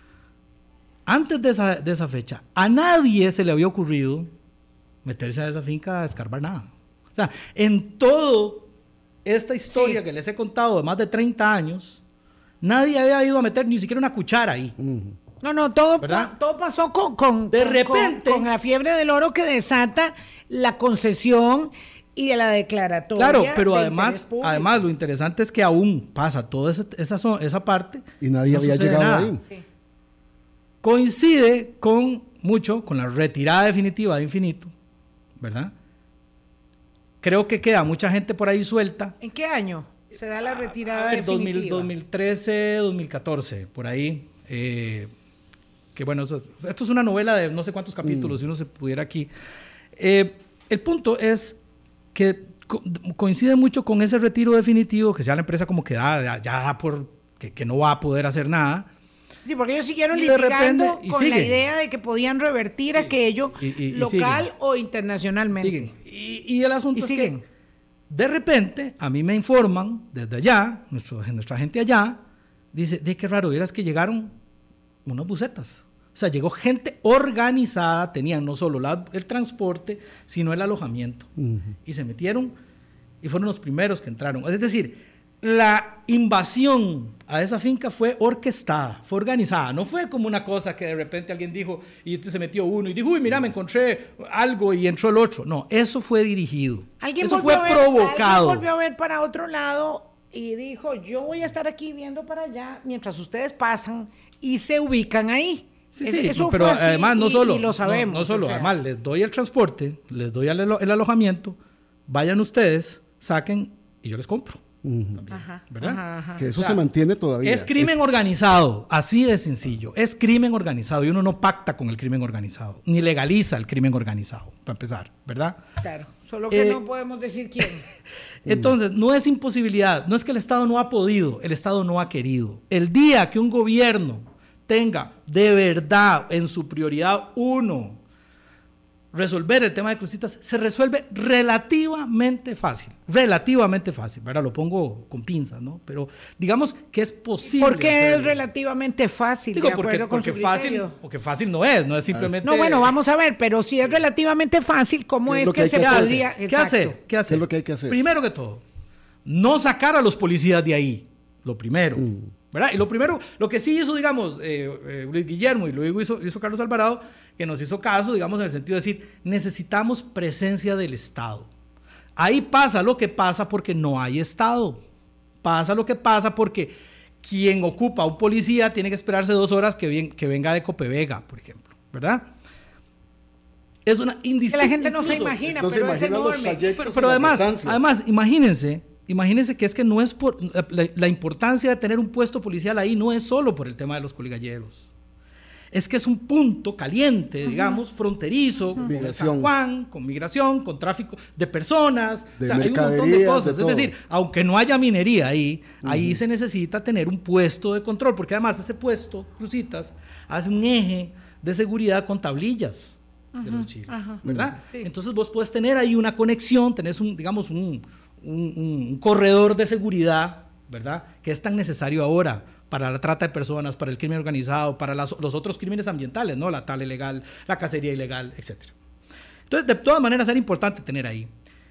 Antes de esa, de esa fecha, a nadie se le había ocurrido meterse a esa finca a escarbar nada. O sea, en todo esta historia sí. que les he contado de más de treinta años, nadie había ido a meter ni siquiera una cuchara ahí. Uh-huh. No, no, todo, ¿verdad? todo pasó con, con, de con, repente, con, con la fiebre del oro que desata la concesión y la declaratoria. Claro, pero de además, además lo interesante es que aún pasa toda esa, esa, esa parte. Y nadie no había llegado nada. ahí. Sí. Coincide con mucho con la retirada definitiva de Infinito, ¿verdad? Creo que queda mucha gente por ahí suelta. ¿En qué año se da la retirada a ver, definitiva? dos mil trece, dos mil catorce, por ahí. Eh, que bueno, eso, esto es una novela de no sé cuántos capítulos, mm. si uno se pudiera aquí. Eh, el punto es que co- coincide mucho con ese retiro definitivo, que sea la empresa como que da, ya, ya por que, que no va a poder hacer nada. Sí, porque ellos siguieron Y de litigando repente- y con siguen. la idea de que podían revertir Sí. aquello Y- y- y local siguen. o internacionalmente. Siguen. Y, y el asunto Y es siguen. que de repente a mí me informan desde allá, nuestro, nuestra gente allá, dice, de qué raro, vieras que llegaron unas bucetas. O sea, llegó gente organizada, tenían no solo la, el transporte, sino el alojamiento. Uh-huh. Y se metieron y fueron los primeros que entraron. Es decir, la invasión a esa finca fue orquestada, fue organizada. No fue como una cosa que de repente alguien dijo y entonces se metió uno y dijo, uy, mira, me encontré algo y entró el otro. No, eso fue dirigido. ¿Alguien Eso volvió fue a ver- provocado. Alguien volvió a ver para otro lado y dijo, yo voy a estar aquí viendo para allá mientras ustedes pasan y se ubican ahí. Sí, Eso- sí, eso pero fue así además no y- solo, y lo sabemos. no, no solo, o sea. además les doy el transporte, les doy el, el alojamiento, vayan ustedes, saquen y yo les compro. Uh-huh. También, Ajá, ¿verdad? ajá, ajá. Que eso O sea, se mantiene todavía. Es crimen Es- organizado, así de sencillo. Es crimen organizado y uno no pacta con el crimen organizado, ni legaliza el crimen organizado, para empezar, ¿verdad? Claro, solo que Eh, no podemos decir quién. Entonces, no es imposibilidad, no es que el Estado no ha podido, el Estado no ha querido. El día que un gobierno tenga de verdad en su prioridad uno resolver el tema de crucitas, se resuelve relativamente fácil, relativamente fácil, ¿verdad? Lo pongo con pinzas, ¿no? Pero digamos que es posible. ¿Por qué es hacerlo. relativamente fácil? Digo, de porque, acuerdo con porque su fácil, criterio? porque fácil no es, no es simplemente... No, bueno, vamos a ver, pero si es relativamente fácil, ¿cómo ¿Qué es es lo que, que hay se que hacer? podría...? ¿Qué Exacto. hacer? ¿Qué hacer? ¿Qué es lo que hay que hacer? Primero que todo, no sacar a los policías de ahí, lo primero, Mm. ¿verdad? Y lo primero, lo que sí hizo, digamos, eh, eh, Luis Guillermo y luego hizo, hizo Carlos Alvarado, que nos hizo caso, digamos, en el sentido de decir, necesitamos presencia del Estado. Ahí pasa lo que pasa porque no hay Estado. Pasa lo que pasa porque quien ocupa a un policía tiene que esperarse dos horas que, bien, que venga de Copevega, por ejemplo, ¿verdad? Es una Que indistinta. la gente no se incluso- imagina, no se pero es imaginan los enorme. trayectos pero, y pero las además, distancias. además, imagínense, imagínense que es que no es por la, la importancia de tener un puesto policial ahí no es solo por el tema de los coligalleros. Es que es un punto caliente, uh-huh. digamos, fronterizo, uh-huh. con Migración. San Juan, con migración, con tráfico de personas, De o sea, hay un montón de mercaderías, cosas. de Es todo. decir, aunque no haya minería ahí, uh-huh. ahí Ujú. se necesita tener un puesto de control, porque además ese puesto, Crucitas, hace un eje de seguridad con tablillas. uh-huh, de los chiles, uh-huh, ¿verdad? Sí. Entonces vos puedes tener ahí una conexión, tenés un, digamos, un, un, un corredor de seguridad, ¿verdad? Que es tan necesario ahora para la trata de personas, para el crimen organizado, para las, los otros crímenes ambientales, ¿no? La tala ilegal, la cacería ilegal, etcétera. Entonces, de todas maneras, era importante tener ahí.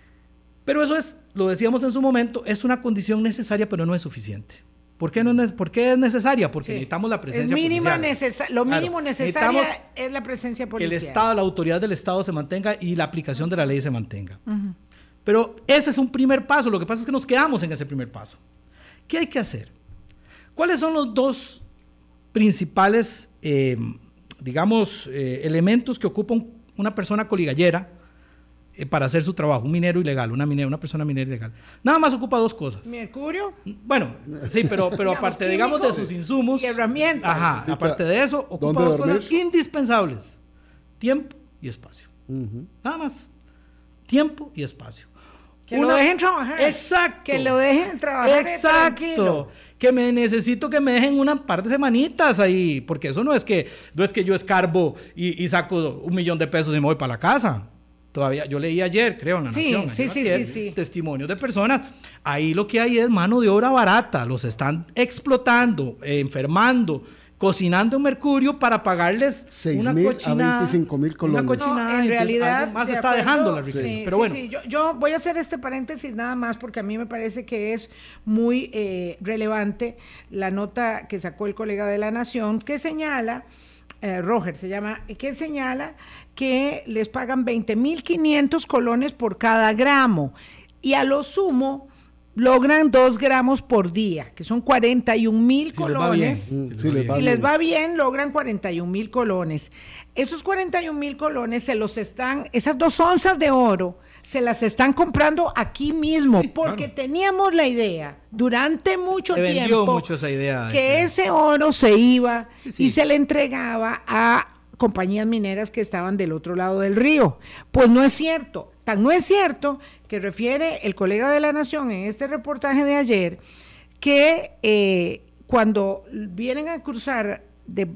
Pero eso es, lo decíamos en su momento, es una condición necesaria, pero no es suficiente. ¿Por qué, no es, ¿por qué es necesaria? Porque sí. necesitamos la presencia es mínima policial. Necesa- lo mínimo claro, necesario es la presencia policial. Que el Estado, la autoridad del Estado se mantenga y la aplicación de la ley se mantenga. Uh-huh. Pero ese es un primer paso. Lo que pasa es que nos quedamos en ese primer paso. ¿Qué hay que hacer? ¿Cuáles son los dos principales, eh, digamos, eh, elementos que ocupa un, una persona coligallera eh, para hacer su trabajo? Un minero ilegal, una, minera, una persona minera ilegal. Nada más ocupa dos cosas. ¿Mercurio? Bueno, sí, pero, pero aparte, digamos, de sus insumos. Y herramientas. Ajá, sí, aparte de eso, ocupa dos dormir? cosas indispensables. Tiempo y espacio. Uh-huh. Nada más. Tiempo y espacio. Que Una, lo dejen trabajar. Exacto. Que lo dejen trabajar. Exacto. Que me necesito que me dejen una par de semanitas ahí, porque eso no es que, no es que yo escarbo y, y saco un millón de pesos y me voy para la casa. Todavía, yo leí ayer, creo, en La sí, Nación, sí, sí, ayer, sí, sí. testimonios de personas. Ahí lo que hay es mano de obra barata, los están explotando, eh, enfermando, cocinando en mercurio para pagarles seis una mil cochinada, a veinticinco mil colones. Una cochinada, no, en realidad, algo más de está acuerdo, dejando la riqueza. Sí, pero sí, bueno. sí. Yo, yo voy a hacer este paréntesis nada más porque a mí me parece que es muy eh, relevante la nota que sacó el colega de La Nación que señala, eh, Roger se llama, que señala que les pagan veinte mil quinientos colones por cada gramo y a lo sumo logran dos gramos por día, que son cuarenta y un mil si colones. Mm, si sí, les va Si bien. les va bien, logran cuarenta y un mil colones. Esos cuarenta y un mil colones se los están, esas dos onzas de oro, se las están comprando aquí mismo, Sí, porque claro. teníamos la idea durante mucho Se vendió tiempo mucho esa idea. que de ese oro se iba Sí, sí. y se le entregaba a compañías mineras que estaban del otro lado del río. Pues no es cierto, tan no es cierto que refiere el colega de La Nación en este reportaje de ayer, que eh, cuando vienen a cruzar de,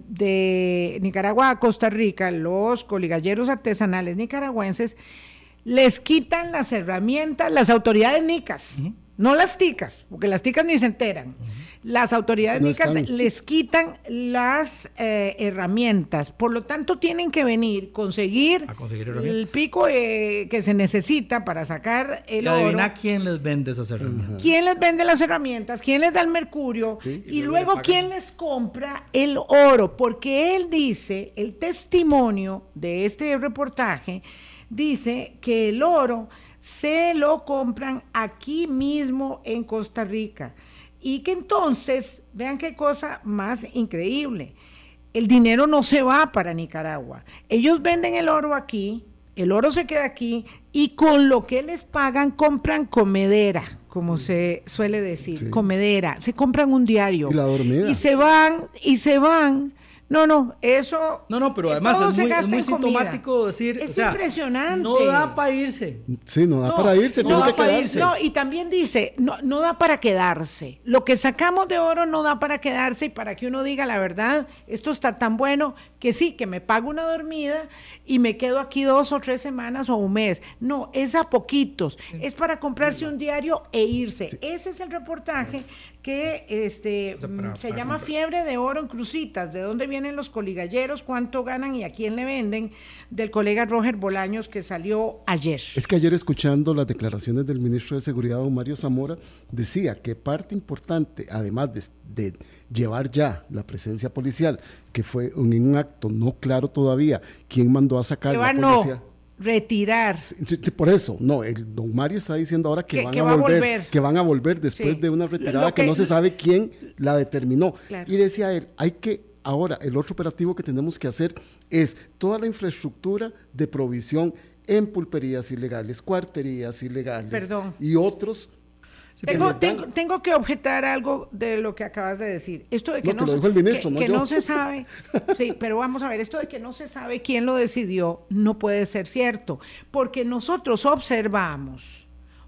de Nicaragua a Costa Rica, los coligalleros artesanales nicaragüenses les quitan las herramientas, las autoridades nicas, uh-huh. no las ticas, porque las ticas ni se enteran. Uh-huh. Las autoridades no nicas están... les quitan las eh, herramientas, por lo tanto tienen que venir, conseguir, a conseguir el pico eh, que se necesita para sacar el y oro. adivina quién les vende esas herramientas. Uh-huh. ¿Quién les vende las herramientas? ¿Quién les da el mercurio? ¿Sí? Y, y luego, luego ¿quién les compra el oro? Porque él dice, el testimonio de este reportaje, dice que el oro se lo compran aquí mismo en Costa Rica y que entonces, vean qué cosa más increíble, el dinero no se va para Nicaragua, ellos venden el oro aquí, el oro se queda aquí y con lo que les pagan compran comedera, como se suele decir, sí. comedera, se compran un diario y la dormida y se van y se van. No, no, eso... No, no, pero además es muy, es muy sintomático decir... Es o sea, impresionante. No da para irse. Sí, no da no, para irse, no tiene da que para quedarse. irse. No, y también dice, no, no da para quedarse. Lo que sacamos de oro no da para quedarse y para que uno diga la verdad, esto está tan bueno que sí, que me pago una dormida y me quedo aquí dos o tres semanas o un mes. No, es a poquitos. Sí. Es para comprarse un diario e irse. Sí. Ese es el reportaje que este, o sea, para, se para llama comprar. Fiebre de oro en crucitas. ¿De dónde vienen los coligalleros? ¿Cuánto ganan y a quién le venden? Del colega Roger Bolaños que salió ayer. Es que ayer escuchando las declaraciones del ministro de Seguridad, don Mario Zamora, decía que parte importante, además de, de llevar ya la presencia policial, que fue en un acto no claro todavía, quién mandó a sacar llevar, la policía. No. Retirar. Por eso, no, el don Mario está diciendo ahora que, que van que a, va volver, a volver, que van a volver después sí. de una retirada que, que no se sabe quién la determinó. Claro. Y decía él, hay que, ahora, el otro operativo que tenemos que hacer es toda la infraestructura de provisión en pulperías ilegales, cuarterías ilegales Perdón. y otros. Tengo, tengo, tengo que objetar algo de lo que acabas de decir. Esto de que no, no, que lo dijo el ministro, que, no que yo. no se sabe, sí, pero vamos a ver, esto de que no se sabe quién lo decidió no puede ser cierto, porque nosotros observamos,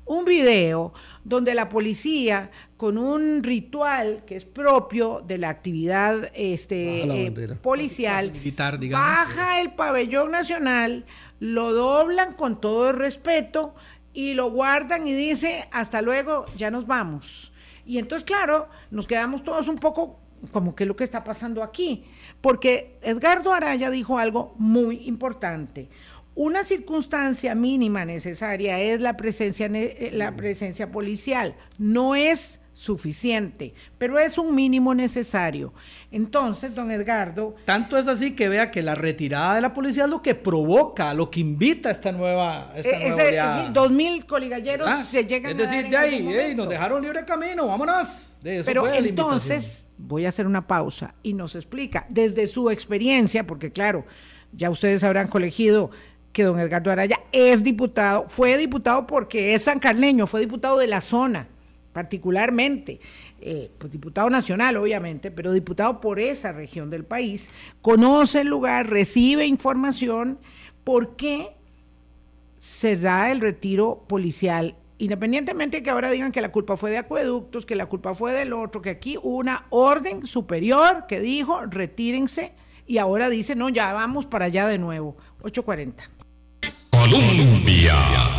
un video donde la policía, con un ritual que es propio de la actividad este, eh, policial, militar, digamos, baja el pabellón nacional, lo doblan con todo el respeto y lo guardan y dice, hasta luego, ya nos vamos. Y entonces, claro, nos quedamos todos un poco como que es lo que está pasando aquí, porque Edgardo Araya dijo algo muy importante. Una circunstancia mínima necesaria es la presencia, la presencia policial, no es suficiente, pero es un mínimo necesario. Entonces, don Edgardo... Tanto es así que vea que la retirada de la policía es lo que provoca, lo que invita a esta nueva, esta ese, nueva oleada. Es decir, dos mil coligalleros ¿Ah? se llegan es decir, a de ahí, hey, nos dejaron libre camino, vámonos. De eso pero fue entonces, voy a hacer una pausa y nos explica, desde su experiencia, porque claro, ya ustedes habrán colegido que don Edgardo Araya es diputado, fue diputado porque es sancarleño, fue diputado de la zona, particularmente, eh, pues diputado nacional obviamente, pero diputado por esa región del país, conoce el lugar, recibe información, ¿por qué se da el retiro policial? Independientemente de que ahora digan que la culpa fue de Acueductos, que la culpa fue del otro, que aquí hubo una orden superior que dijo retírense y ahora dice no, ya vamos para allá de nuevo. ocho cuarenta. Colombia.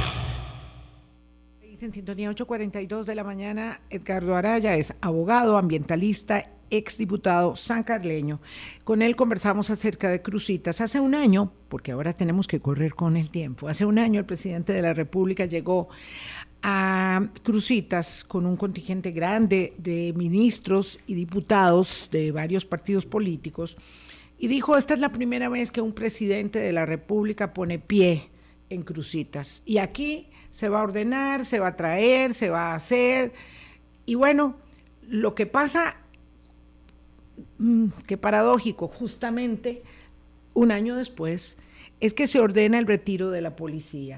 En sintonía ocho cuarenta y dos de la mañana, Edgardo Araya es abogado, ambientalista, exdiputado sancarleño. Con él conversamos acerca de Cruzitas. Hace un año, porque ahora tenemos que correr con el tiempo, hace un año el presidente de la República llegó a Cruzitas con un contingente grande de ministros y diputados de varios partidos políticos y dijo, esta es la primera vez que un presidente de la República pone pie en Cruzitas y aquí se va a ordenar, se va a traer, se va a hacer y bueno, lo que pasa, mmm, qué paradójico, justamente un año después es que se ordena el retiro de la policía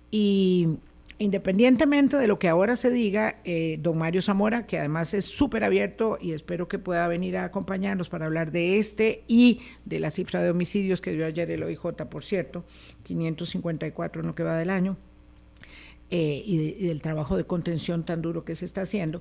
y independientemente de lo que ahora se diga, eh, don Mario Zamora, que además es súper abierto y espero que pueda venir a acompañarnos para hablar de este y de la cifra de homicidios que dio ayer el O I J, por cierto, quinientos cincuenta y cuatro en lo que va del año, eh, y, de, y del trabajo de contención tan duro que se está haciendo.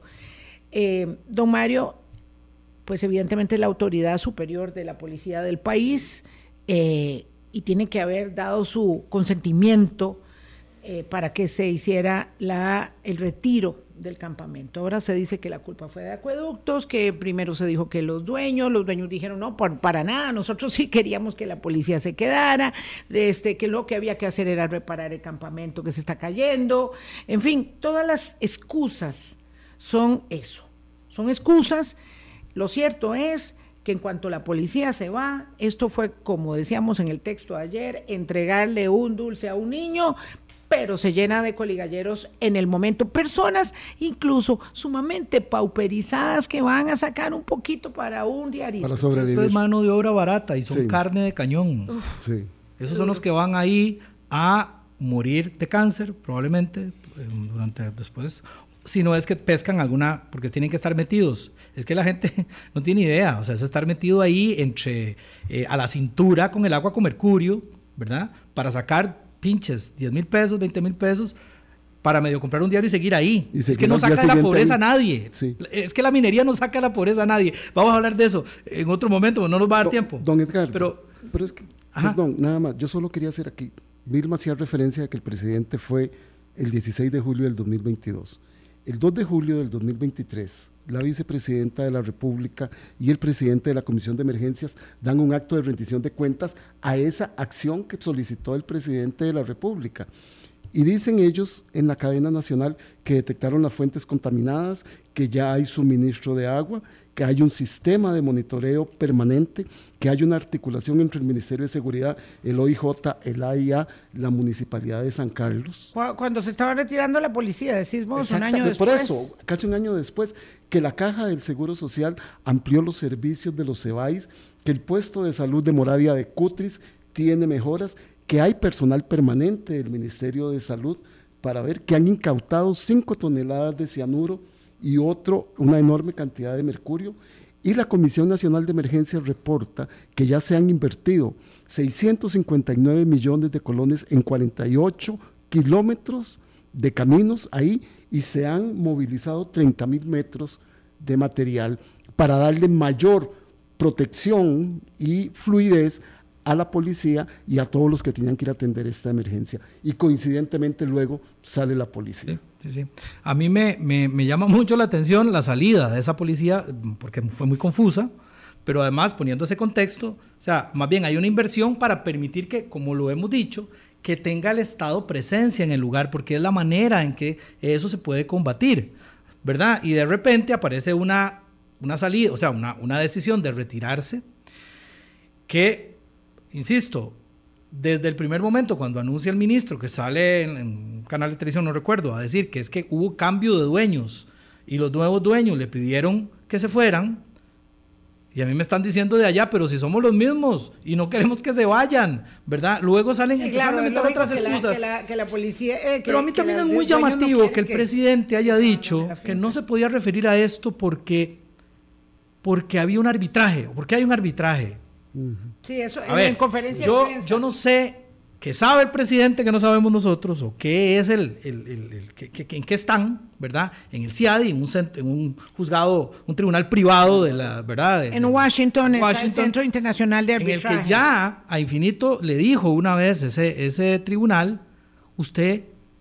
Eh, don Mario, pues evidentemente es la autoridad superior de la policía del país eh, y tiene que haber dado su consentimiento Eh, para que se hiciera la, el retiro del campamento. Ahora se dice que la culpa fue de Acueductos, que primero se dijo que los dueños, los dueños dijeron no, por, para nada, nosotros sí queríamos que la policía se quedara, este, que lo que había que hacer era reparar el campamento que se está cayendo, en fin, todas las excusas son eso, son excusas. Lo cierto es que en cuanto la policía se va, esto fue, como decíamos en el texto ayer, entregarle un dulce a un niño, pero se llena de coligalleros en el momento, personas incluso sumamente pauperizadas que van a sacar un poquito para un diario. Para sobrevivir. Esto es mano de obra barata y son sí. carne de cañón. Sí. Esos son los que van ahí a morir de cáncer, probablemente, durante después, si no es que pescan alguna, porque tienen que estar metidos. Es que la gente no tiene idea, o sea, es estar metido ahí entre, eh, a la cintura con el agua con mercurio, ¿verdad? Para sacar pinches, diez mil pesos, veinte mil pesos, para medio comprar un diario y seguir ahí. Y es que no saca de la pobreza a nadie. Sí. Es que la minería no saca de la pobreza a nadie. Vamos a hablar de eso en otro momento, no nos va a dar don, tiempo. Don Edgardo, pero, pero es que, perdón, nada más, yo solo quería hacer aquí, Vilma hacía referencia a que el presidente fue el dieciséis de julio del dos mil veintidós. El dos de julio del dos mil veintitrés, la vicepresidenta de la República y el presidente de la Comisión de Emergencias dan un acto de rendición de cuentas a esa acción que solicitó el presidente de la República. Y dicen ellos en la cadena nacional que detectaron las fuentes contaminadas, que ya hay suministro de agua, que hay un sistema de monitoreo permanente, que hay una articulación entre el Ministerio de Seguridad, el O I J, el A I A, la Municipalidad de San Carlos. Cuando se estaba retirando la policía, decís vos, un año después. Por eso, casi un año después, que la Caja del Seguro Social amplió los servicios de los CEBAIS, que el puesto de salud de Moravia de Cutris tiene mejoras, que hay personal permanente del Ministerio de Salud para ver que han incautado cinco toneladas de cianuro y otro, una enorme cantidad de mercurio, y la Comisión Nacional de Emergencias reporta que ya se han invertido seiscientos cincuenta y nueve millones de colones en cuarenta y ocho kilómetros de caminos ahí y se han movilizado treinta mil metros de material para darle mayor protección y fluidez a la policía y a todos los que tenían que ir a atender esta emergencia. Y coincidentemente luego sale la policía. Sí, sí, sí. A mí me, me, me llama mucho la atención la salida de esa policía, porque fue muy confusa, pero además poniendo ese contexto, o sea, más bien hay una inversión para permitir que, como lo hemos dicho, que tenga el Estado presencia en el lugar, porque es la manera en que eso se puede combatir, ¿verdad? Y de repente aparece una, una salida, o sea, una, una decisión de retirarse que, insisto, desde el primer momento cuando anuncia el ministro que sale en, en un canal de televisión, no recuerdo, a decir que es que hubo cambio de dueños y los nuevos dueños le pidieron que se fueran, y a mí me están diciendo de allá, pero si somos los mismos y no queremos que se vayan, ¿verdad? Luego salen sí, empezando claro, a meter otras que excusas. La, que, la, que la policía... Eh, que, pero a mí que también la, es muy llamativo no que el que... presidente haya dicho que no se podía referir a esto porque, porque había un arbitraje, porque hay un arbitraje. Sí, eso a ver, en conferencia yo, de prensa. Yo no sé qué sabe el presidente que no sabemos nosotros, o qué es el, el, el, el que, que, en qué están, ¿verdad? En el C I A D I, en un, centro, en un juzgado, un tribunal privado de la, ¿verdad? De, en Washington, de, está Washington, el Centro Internacional de Arbitraje. En el que ya a Infinito le dijo una vez ese, ese tribunal, usted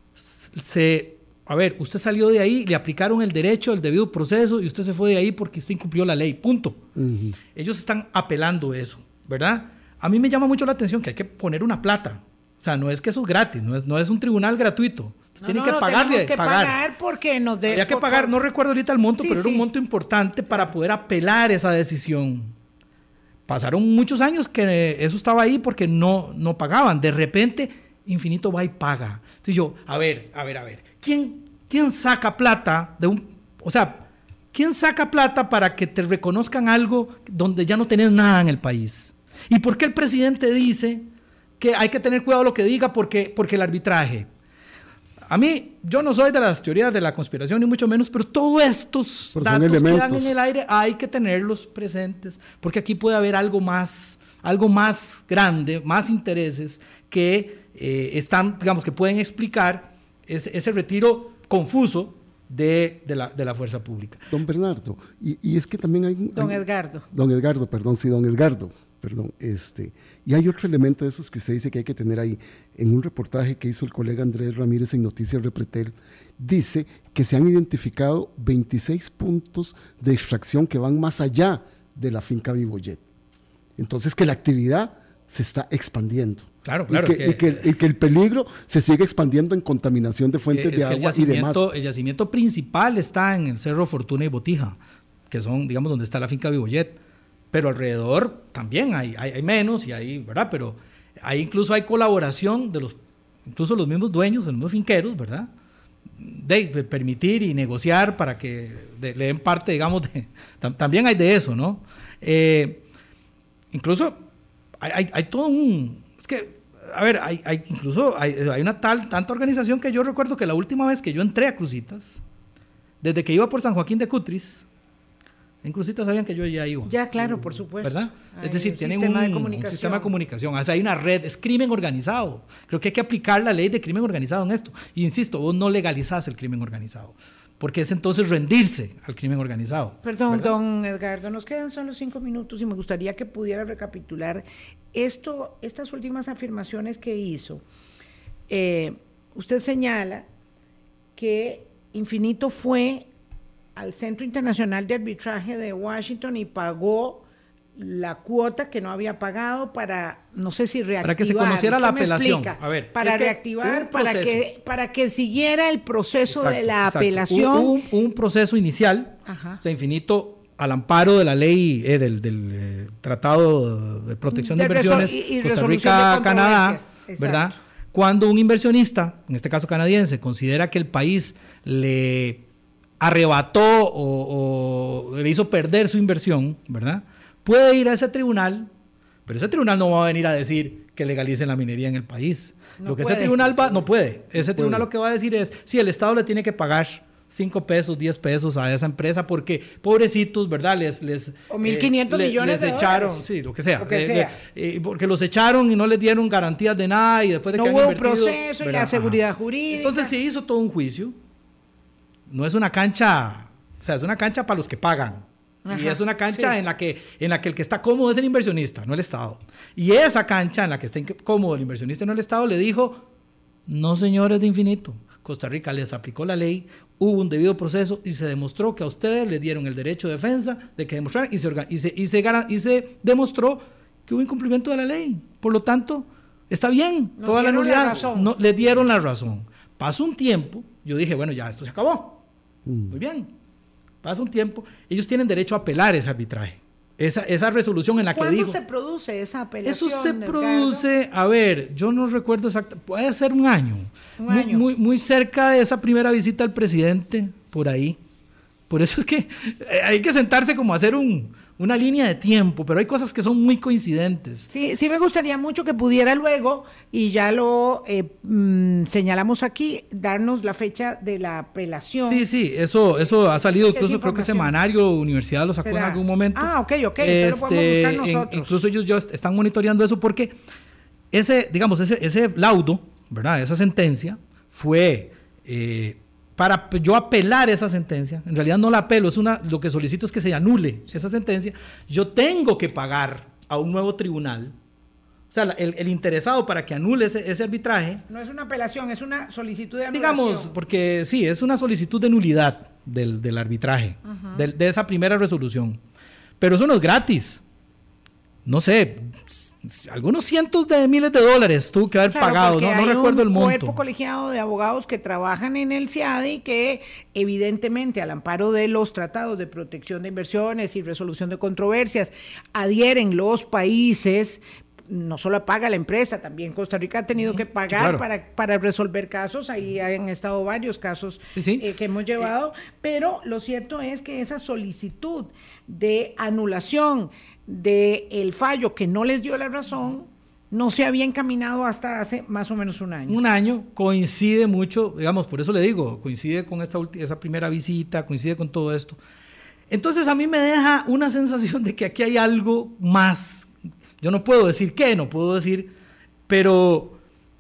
se... A ver, usted salió de ahí, le aplicaron el derecho, el debido proceso, y usted se fue de ahí porque usted incumplió la ley, punto. Uh-huh. Ellos están apelando eso, ¿verdad? A mí me llama mucho la atención que hay que poner una plata. O sea, no es que eso es gratis, no es, no es un tribunal gratuito. No, tiene no, que no, pagarle. que pagar. pagar porque nos de, Había que por, pagar, por... no recuerdo ahorita el monto, sí, pero sí. era un monto importante para poder apelar esa decisión. Pasaron muchos años que eso estaba ahí porque no, no pagaban. De repente, Infinito va y paga. Entonces yo, a ver, a ver, a ver. ¿Quién, quién saca plata de un... O sea, ¿quién saca plata para que te reconozcan algo donde ya no tenés nada en el país? ¿Y por qué el presidente dice que hay que tener cuidado lo que diga porque, porque el arbitraje? A mí, yo no soy de las teorías de la conspiración ni mucho menos, pero todos estos pero datos que dan en el aire hay que tenerlos presentes porque aquí puede haber algo más, algo más grande, más intereses que eh, están, digamos, que pueden explicar ese, ese retiro confuso de, de, la, de la fuerza pública. Don Bernardo, y, y es que también hay... Don hay, Edgardo. Don Edgardo, perdón, sí, don Edgardo. Perdón, este, y hay otro elemento de esos que usted dice que hay que tener ahí. En un reportaje que hizo el colega Andrés Ramírez en Noticias Repretel, dice que se han identificado veintiséis puntos de extracción que van más allá de la finca Vivoyet. Entonces, que la actividad se está expandiendo. Claro, claro. Y que, es que, y que, y que el peligro se sigue expandiendo en contaminación de fuentes de agua y demás. El yacimiento principal está en el Cerro Fortuna y Botija, que son, digamos, donde está la finca Vivoyet. Pero alrededor también hay, hay, hay menos y hay, ¿verdad? Pero ahí incluso hay colaboración de los, incluso los mismos dueños, de los mismos finqueros, ¿verdad? De, de permitir y negociar para que de, le den parte, digamos, de, tam, también hay de eso, ¿no? Eh, incluso hay, hay, hay todo un, es que, a ver, hay, hay incluso hay, hay una tal, tanta organización que yo recuerdo que la última vez que yo entré a Cruzitas, desde que iba por San Joaquín de Cutris, en Cruzitas sabían que yo ya iba. Ya, claro, por supuesto. ¿Verdad? Hay es decir, tienen sistema un, un sistema de comunicación. O sea, hay una red, es crimen organizado. Creo que hay que aplicar la ley de crimen organizado en esto. Y insisto, vos no legalizás el crimen organizado, porque es entonces rendirse al crimen organizado. Perdón, ¿verdad? Don Edgardo, nos quedan solo cinco minutos y me gustaría que pudiera recapitular esto, estas últimas afirmaciones que hizo. Eh, usted señala que Infinito fue al Centro Internacional de Arbitraje de Washington y pagó la cuota que no había pagado para, no sé si reactivar. Para que se conociera la apelación. Explica, a ver, para es que reactivar, para que, para que siguiera el proceso exacto, de la exacto. apelación. Hubo un, un proceso inicial, Ajá. o sea, Infinito, al amparo de la ley, eh, del, del eh, Tratado de Protección de, de Inversiones, y, y Costa Rica, Canadá, ¿verdad? Cuando un inversionista, en este caso canadiense, considera que el país le arrebató o, o le hizo perder su inversión, ¿verdad? Puede ir a ese tribunal, pero ese tribunal no va a venir a decir que legalicen la minería en el país. No lo que puede. Ese tribunal va, no puede. Ese no tribunal puede. Lo que va a decir es, si el Estado le tiene que pagar cinco pesos, diez pesos a esa empresa porque, pobrecitos, ¿verdad? Les, les, o mil quinientos eh, millones les de echaron, dólares. sí, lo que sea. Lo que eh, sea. Eh, porque los echaron y no les dieron garantías de nada y después de no que han hubo invertido, proceso y ¿verdad? la seguridad Ajá. jurídica. Entonces se hizo todo un juicio. No es una cancha, o sea, es una cancha para los que pagan. Ajá, y es una cancha sí. en la que en la que el que está cómodo es el inversionista, no el Estado. Y esa cancha en la que está cómodo el inversionista y no el Estado le dijo, no señores de Infinito, Costa Rica les aplicó la ley, hubo un debido proceso y se demostró que a ustedes les dieron el derecho de defensa de que demostraran y se, organ y se, y se, y se demostró que hubo incumplimiento de la ley. Por lo tanto, está bien, Nos toda la dieron la nulidad. razón. No, les dieron la razón. Pasó un tiempo, yo dije, bueno, ya esto se acabó. Mm. Muy bien. Pasa un tiempo, ellos tienen derecho a apelar ese arbitraje. Esa, esa resolución en la que ¿Cuándo dijo... se produce esa apelación? Eso se Edgardo? produce, a ver, yo no recuerdo exactamente, puede ser un año. Un muy, año. Muy, muy cerca de esa primera visita al presidente, por ahí. Por eso es que eh, hay que sentarse como a hacer un, una línea de tiempo, pero hay cosas que son muy coincidentes. Sí, sí me gustaría mucho que pudiera luego, y ya lo eh, mm, señalamos aquí, darnos la fecha de la apelación. Sí, sí, eso, eso ha salido, Sí, que es incluso creo que información. Semanario Universidad lo sacó ¿Será? en algún momento. Ah, ok, ok, entonces lo podemos buscar en- nosotros. incluso ellos ya están monitoreando eso porque ese, digamos, ese, ese laudo, ¿verdad? Esa sentencia fue eh, para yo apelar esa sentencia. En realidad no la apelo, es una, lo que solicito es que se anule esa sentencia. Yo tengo que pagar a un nuevo tribunal. O sea, la- el, el interesado para que anule ese, ese arbitraje, No es una apelación, es una solicitud de anulación. digamos, porque sí, es una solicitud de nulidad del, del arbitraje, del- de esa primera resolución. Pero eso no es gratis. No sé, s- algunos cientos de miles de dólares tuvo que haber Claro, pagado, porque no, no hay recuerdo el un monto. cuerpo colegiado de abogados que trabajan en el CIADI que evidentemente al amparo de los tratados de protección de inversiones y resolución de controversias adhieren los países. No solo paga la empresa, también Costa Rica ha tenido que pagar claro. para, para resolver casos. Ahí han estado varios casos Sí, sí. eh, que hemos llevado, pero lo cierto es que esa solicitud de anulación del fallo que no les dio la razón no se había encaminado hasta hace más o menos un año. Un año coincide mucho, digamos, por eso le digo, coincide con esta ulti- esa primera visita, coincide con todo esto. Entonces a mí me deja una sensación de que aquí hay algo más. Yo no puedo decir qué, no puedo decir, pero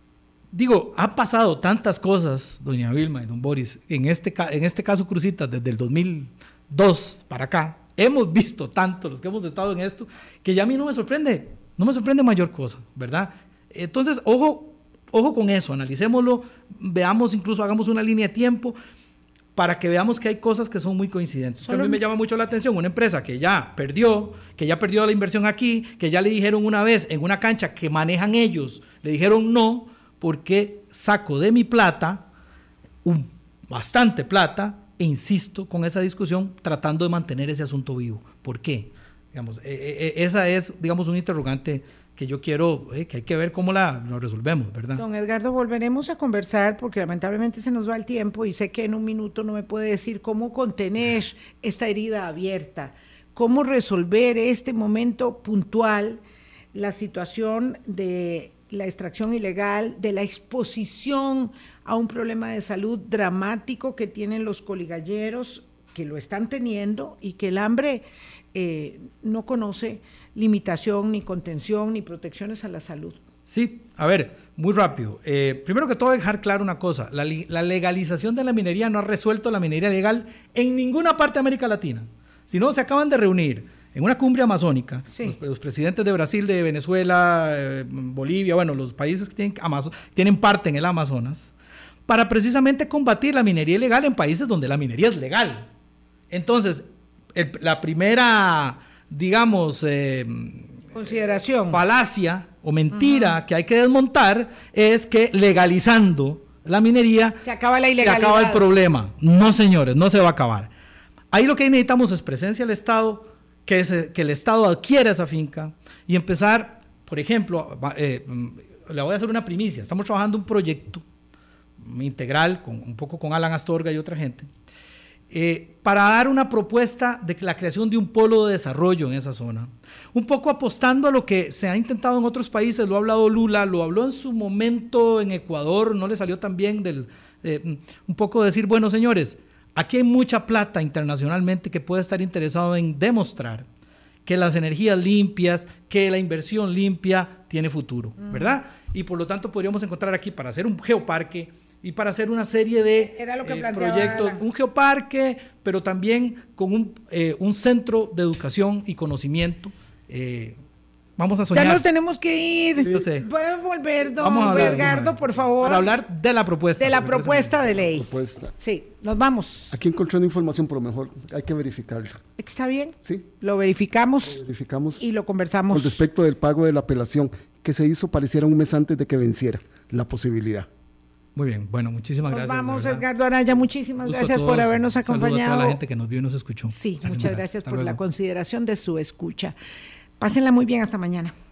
digo, ha pasado tantas cosas, doña Vilma y don Boris, en este, ca- en este caso Cruzitas, desde el dos mil dos para acá, hemos visto tanto los que hemos estado en esto, que ya a mí no me sorprende, no me sorprende mayor cosa, ¿verdad? Entonces, ojo, ojo con eso, analicémoslo, veamos, incluso hagamos una línea de tiempo, para que veamos que hay cosas que son muy coincidentes. Solo- A mí me llama mucho la atención una empresa que ya perdió, que ya perdió la inversión aquí, que ya le dijeron una vez en una cancha que manejan ellos, le dijeron no, porque saco de mi plata, un, bastante plata, e insisto con esa discusión tratando de mantener ese asunto vivo. ¿Por qué? Digamos, eh, eh, esa es, digamos, un interrogante que yo quiero, eh, que hay que ver cómo la lo resolvemos, ¿verdad? Don Edgardo, volveremos a conversar porque lamentablemente se nos va el tiempo y sé que en un minuto no me puede decir cómo contener esta herida abierta, cómo resolver este momento puntual, la situación de la extracción ilegal, de la exposición a un problema de salud dramático que tienen los coligalleros, que lo están teniendo y que el hambre eh, no conoce limitación, ni contención, ni protecciones a la salud. Sí, a ver, muy rápido. Eh, primero que todo, dejar claro una cosa. La, li- la legalización de la minería no ha resuelto la minería legal en ninguna parte de América Latina. Si no, se acaban de reunir en una cumbre amazónica, Sí. los, los presidentes de Brasil, de Venezuela, eh, Bolivia, bueno, los países que tienen, Amazo- tienen parte en el Amazonas, para precisamente combatir la minería ilegal en países donde la minería es legal. Entonces, el- la primera, digamos, eh, Consideración. falacia o mentira que hay que desmontar es que legalizando la minería Se acaba la se ilegalidad. acaba el problema. No, señores, no se va a acabar. Ahí lo que necesitamos es presencia del Estado, que, se- que el Estado adquiera esa finca y empezar, por ejemplo, va- eh, mm, le voy a hacer una primicia. Estamos trabajando un proyecto integral, con, un poco con Alan Astorga y otra gente, eh, para dar una propuesta de la creación de un polo de desarrollo en esa zona. Un poco apostando a lo que se ha intentado en otros países, lo ha hablado Lula, lo habló en su momento en Ecuador, no le salió tan bien, del, eh, un poco decir, bueno, señores, aquí hay mucha plata internacionalmente que puede estar interesado en demostrar que las energías limpias, que la inversión limpia tiene futuro, ¿verdad? Y por lo tanto podríamos encontrar aquí para hacer un geoparque y para hacer una serie de Era lo que eh, planteaba proyectos, Alan. un geoparque, pero también con un, eh, un centro de educación y conocimiento. Eh, vamos a soñar. Ya nos tenemos que ir. Yo sé. ¿Puede volver, don Vamos a hablar, Edgardo, por favor? Para hablar de la propuesta. de la me parece propuesta de ley. Propuesta. Sí, nos vamos. Aquí encontrando información, pero mejor hay que verificarla. ¿Está bien? Sí, Lo verificamos verificamos. y lo conversamos. Con respecto del pago de la apelación que se hizo, pareciera un mes antes de que venciera la posibilidad. Muy bien, bueno, muchísimas Nos gracias. vamos, de verdad. Edgardo Araya, muchísimas Gusto a gracias por todos. habernos Un saludo acompañado. a toda la gente que nos vio y nos escuchó. Sí, Muchísimas muchas gracias Hasta por la luego. consideración de su escucha. Pásenla muy bien, hasta mañana.